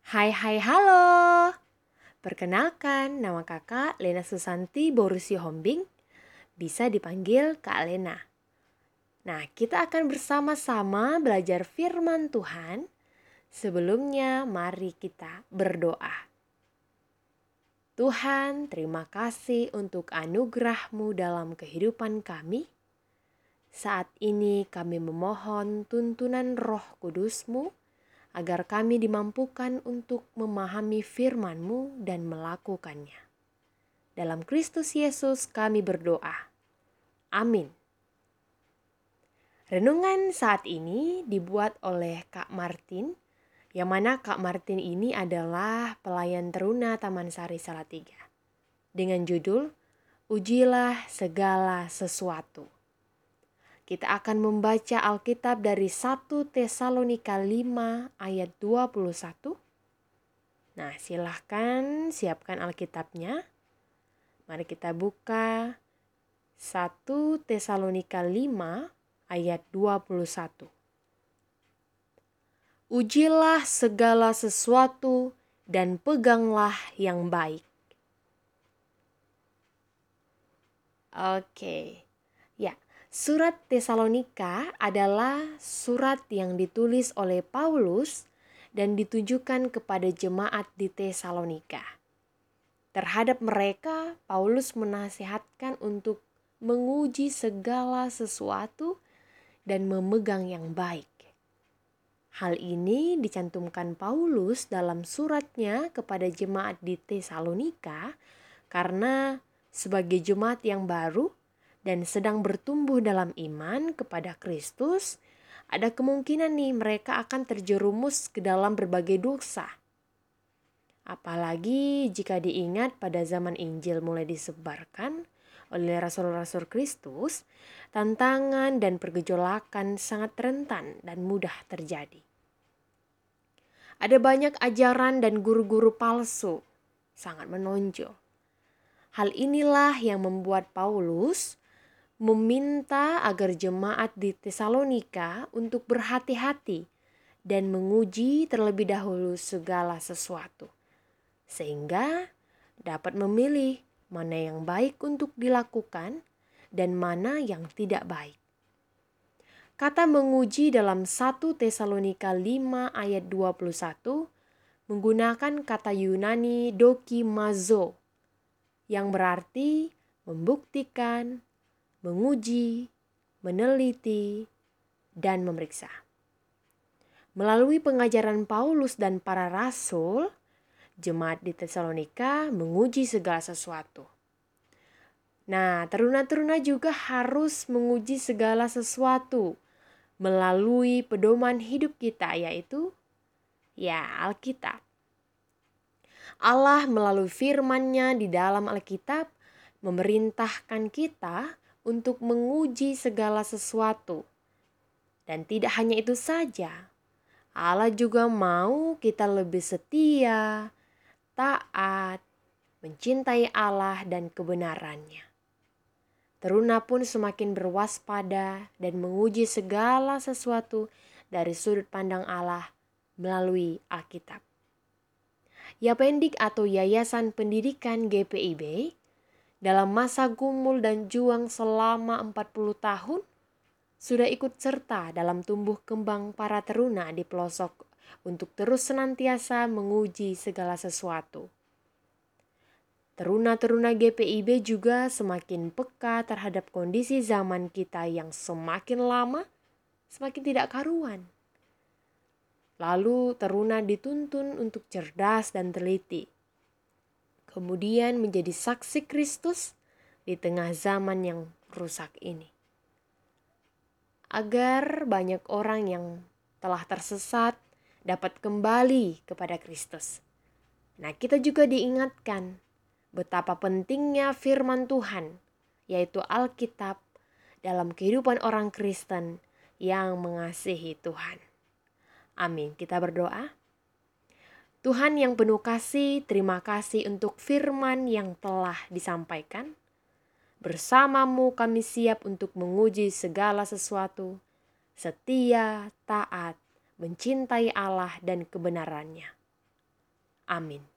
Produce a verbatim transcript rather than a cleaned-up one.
Hai hai halo. Perkenalkan, nama kakak Lena Susanti Borusi Hombing, bisa dipanggil Kak Lena. Nah, kita akan bersama-sama belajar firman Tuhan. Sebelumnya, mari kita berdoa. Tuhan, terima kasih untuk anugerah-Mu dalam kehidupan kami. Saat ini kami memohon tuntunan Roh Kudus-Mu, agar kami dimampukan untuk memahami firman-Mu dan melakukannya. Dalam Kristus Yesus kami berdoa. Amin. Renungan saat ini dibuat oleh Kak Martin, yang mana Kak Martin ini adalah pelayan teruna Taman Sari Salatiga. Dengan judul, Ujilah Segala Sesuatu. Kita akan membaca Alkitab dari satu Tesalonika lima ayat dua puluh satu. Nah, silahkan siapkan Alkitabnya. Mari kita buka satu Tesalonika lima ayat dua puluh satu. Ujilah segala sesuatu dan peganglah yang baik. Oke. Ya, surat Tesalonika adalah surat yang ditulis oleh Paulus dan ditujukan kepada jemaat di Tesalonika. Terhadap mereka, Paulus menasihatkan untuk menguji segala sesuatu dan memegang yang baik. Hal ini dicantumkan Paulus dalam suratnya kepada jemaat di Tesalonika karena sebagai jemaat yang baru dan sedang bertumbuh dalam iman kepada Kristus, ada kemungkinan nih mereka akan terjerumus ke dalam berbagai dosa. Apalagi jika diingat pada zaman Injil mulai disebarkan oleh rasul-rasul Kristus, tantangan dan pergejolakan sangat rentan dan mudah terjadi. Ada banyak ajaran dan guru-guru palsu, sangat menonjol. Hal inilah yang membuat Paulus meminta agar jemaat di Tesalonika untuk berhati-hati dan menguji terlebih dahulu segala sesuatu, sehingga dapat memilih mana yang baik untuk dilakukan dan mana yang tidak baik. Kata menguji dalam satu Tesalonika lima ayat dua puluh satu menggunakan kata Yunani dokimazo yang berarti membuktikan, menguji, meneliti, dan memeriksa. Melalui pengajaran Paulus dan para rasul, jemaat di Tesalonika menguji segala sesuatu. Nah, teruna-teruna juga harus menguji segala sesuatu melalui pedoman hidup kita, yaitu ya Alkitab. Allah melalui firman-Nya di dalam Alkitab memerintahkan kita untuk menguji segala sesuatu. Dan tidak hanya itu saja, Allah juga mau kita lebih setia, taat, mencintai Allah dan kebenarannya. Teruna pun semakin berwaspada dan menguji segala sesuatu dari sudut pandang Allah melalui Alkitab. Yapendik atau Yayasan Pendidikan G P I B dalam masa gumul dan juang selama empat puluh tahun sudah ikut serta dalam tumbuh kembang para teruna di pelosok untuk terus senantiasa menguji segala sesuatu. Teruna-teruna G P I B juga semakin peka terhadap kondisi zaman kita yang semakin lama, semakin tidak karuan. Lalu teruna dituntun untuk cerdas dan teliti. Kemudian menjadi saksi Kristus di tengah zaman yang rusak ini. Agar banyak orang yang telah tersesat dapat kembali kepada Kristus. Nah, kita juga diingatkan betapa pentingnya firman Tuhan, yaitu Alkitab, dalam kehidupan orang Kristen yang mengasihi Tuhan. Amin. Kita berdoa. Tuhan yang penuh kasih, terima kasih untuk firman yang telah disampaikan. Bersamamu kami siap untuk menguji segala sesuatu, setia, taat, mencintai Allah dan kebenarannya. Amin.